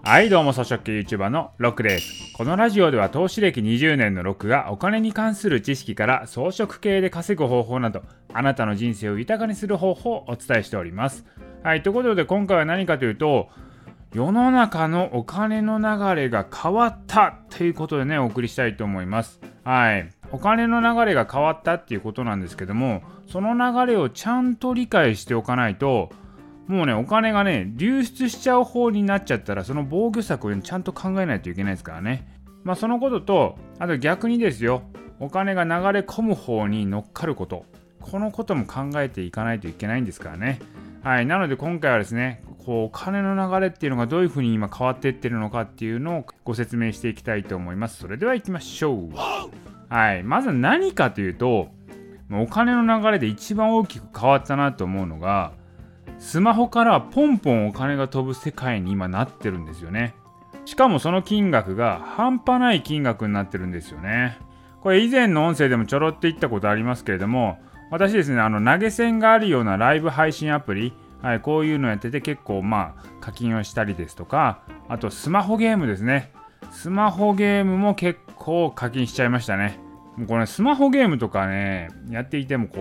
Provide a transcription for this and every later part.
はいどうも、草食系 YouTuber のロックです。このラジオでは投資歴20年のロックがお金に関する知識から草食系で稼ぐ方法など、あなたの人生を豊かにする方法をお伝えしております。はい、ということで今回は何かというと、世の中のお金の流れが変わったということでね、お送りしたいと思います。はい、お金の流れが変わったっていうことなんですけども、その流れをちゃんと理解しておかないと、もうね、お金がね、流出しちゃう方になっちゃったら、その防御策をちゃんと考えないといけないですからね。そのことと、あと逆にですよ、お金が流れ込む方に乗っかること。このことも考えていかないといけないんですからね。はい、なので今回はですね、お金の流れっていうのがどういうふうに今変わっていってるのかっていうのをご説明していきたいと思います。それでは行きましょう。はい、まず何かというと、お金の流れで一番大きく変わったなと思うのが、スマホからポンポンお金が飛ぶ世界に今なってるんですよね。しかもその金額が半端ない金額になってるんですよね。これ以前の音声でもちょろって言ったことありますけれども、私ですね、投げ銭があるようなライブ配信アプリ、はい、こういうのやってて結構課金をしたりですとか、あとスマホゲームですね。スマホゲームも結構課金しちゃいましたね。もうこれスマホゲームとかね、やっていても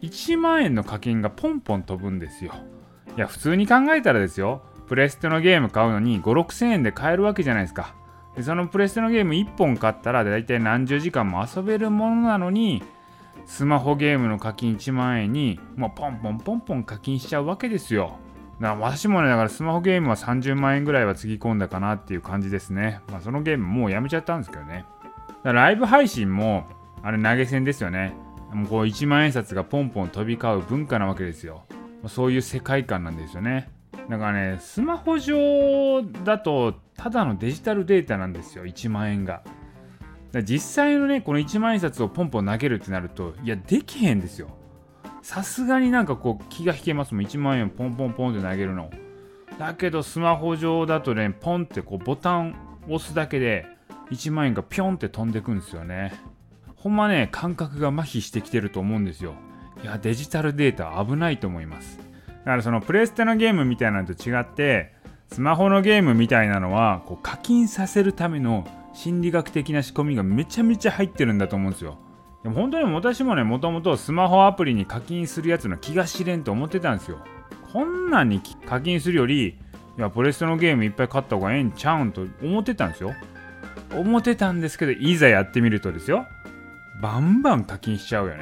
1万円の課金がポンポン飛ぶんですよ。いや普通に考えたらですよ、プレステのゲーム買うのに5、6千円で買えるわけじゃないですか。でそのプレステのゲーム1本買ったらだいたい何十時間も遊べるものなのに、スマホゲームの課金1万円にもうポンポンポンポン課金しちゃうわけですよ。だから私もね、だからスマホゲームは30万円ぐらいはつぎ込んだかなっていう感じですね。そのゲームもうやめちゃったんですけどね。だからライブ配信もあれ投げ銭ですよね。もう1万円札がポンポン飛び交う文化なわけですよ。そういう世界観なんですよね。だからね、スマホ上だとただのデジタルデータなんですよ、1万円が。実際のね、この1万円札をポンポン投げるってなると、いやできへんですよ。さすがに気が引けますもん、1万円ポンポンポンって投げるの。だけどスマホ上だとね、ポンってボタン押すだけで1万円がピョンって飛んでくんですよね。ほんまね、感覚が麻痺してきてると思うんですよ。いやデジタルデータ危ないと思います。だからそのプレステのゲームみたいなのと違って、スマホのゲームみたいなのは課金させるための心理学的な仕込みがめちゃめちゃ入ってるんだと思うんですよ。でも本当に私もね、もともとスマホアプリに課金するやつの気が知れんと思ってたんですよ。こんなんに課金するより、いやプレステのゲームいっぱい買った方がええんちゃうんと思ってたんですよ。思ってたんですけど、いざやってみるとですよ、バンバン課金しちゃうよね。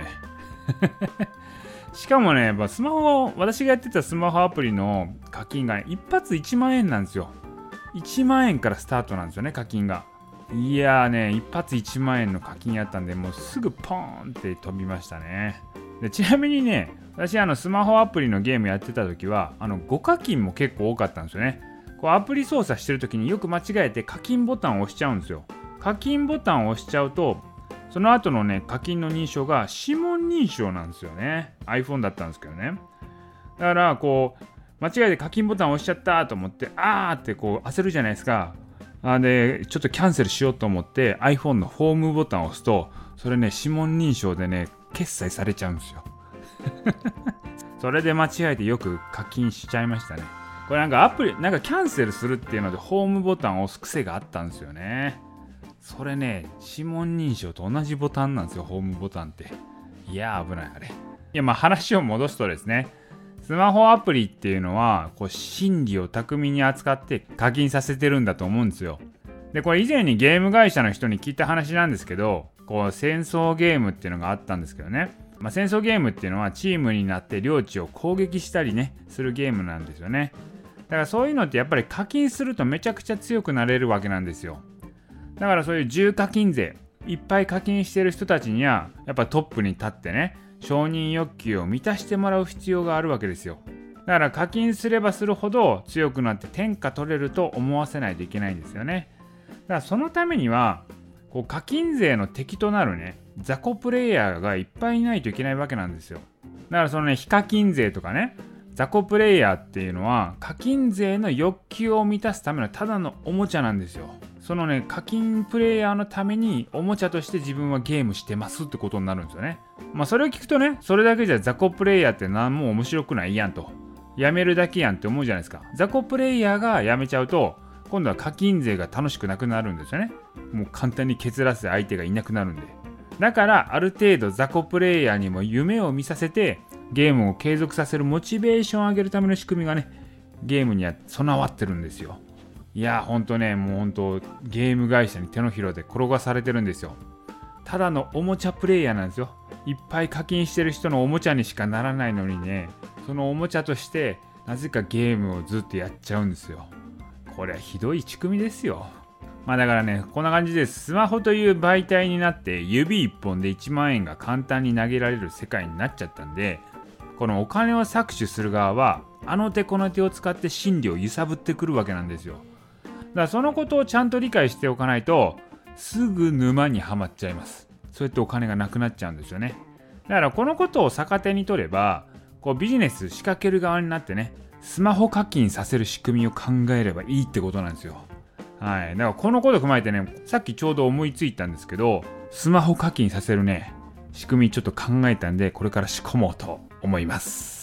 しかもね、私がやってたスマホアプリの課金が一発1万円なんですよ。1万円からスタートなんですよね、課金が。いやーね、一発1万円の課金やったんで、もうすぐポーンって飛びましたね。でちなみにね、私スマホアプリのゲームやってた時は誤課金も結構多かったんですよね。アプリ操作してる時によく間違えて課金ボタンを押しちゃうんですよ。課金ボタンを押しちゃうと、その後のね、課金の認証が指紋認証なんですよね。iPhone だったんですけどね。だから間違えて課金ボタンを押しちゃったと思って、って焦るじゃないですか。でちょっとキャンセルしようと思って iPhone のホームボタンを押すと、それね、指紋認証でね、決済されちゃうんですよ。それで間違えてよく課金しちゃいましたね。これアプリキャンセルするっていうのでホームボタンを押す癖があったんですよね。それね、指紋認証と同じボタンなんですよ、ホームボタンって。いや危ないあれ。いや話を戻すとですね、スマホアプリっていうのは心理を巧みに扱って課金させてるんだと思うんですよ。でこれ以前にゲーム会社の人に聞いた話なんですけど、戦争ゲームっていうのがあったんですけどね。戦争ゲームっていうのはチームになって領地を攻撃したりねするゲームなんですよね。だからそういうのってやっぱり課金するとめちゃくちゃ強くなれるわけなんですよ。だからそういう重課金税いっぱい課金してる人たちにはやっぱトップに立ってね、承認欲求を満たしてもらう必要があるわけですよ。だから課金すればするほど強くなって天下取れると思わせないといけないんですよね。だからそのためには課金税の敵となるね、雑魚プレイヤーがいっぱいいないといけないわけなんですよ。だからそのね、非課金税とかね、雑魚プレイヤーっていうのは課金税の欲求を満たすためのただのおもちゃなんですよ。そのね、課金プレイヤーのためにおもちゃとして自分はゲームしてますってことになるんですよね。それを聞くとね、それだけじゃ雑魚プレイヤーって何も面白くないやんと、やめるだけやんって思うじゃないですか。雑魚プレイヤーがやめちゃうと今度は課金税が楽しくなくなるんですよね。もう簡単に削らす相手がいなくなるんで。だからある程度雑魚プレイヤーにも夢を見させてゲームを継続させるモチベーションを上げるための仕組みがね、ゲームには備わってるんですよ。いやほんとね、もうほんとゲーム会社に手のひらで転がされてるんですよ。ただのおもちゃプレイヤーなんですよ。いっぱい課金してる人のおもちゃにしかならないのにね、そのおもちゃとしてなぜかゲームをずっとやっちゃうんですよ。これはひどい仕組みですよ。だからね、こんな感じでスマホという媒体になって指1本で1万円が簡単に投げられる世界になっちゃったんで、このお金を搾取する側はあの手この手を使って心理を揺さぶってくるわけなんですよ。だからそのことをちゃんと理解しておかないとすぐ沼にはまっちゃいます。そうやってお金がなくなっちゃうんですよね。だからこのことを逆手に取れば、こうビジネス仕掛ける側になってね、スマホ課金させる仕組みを考えればいいってことなんですよ。はい。だからこのことを踏まえてね、さっきちょうど思いついたんですけど、スマホ課金させるね、仕組みちょっと考えたんで、これから仕込もうと思います。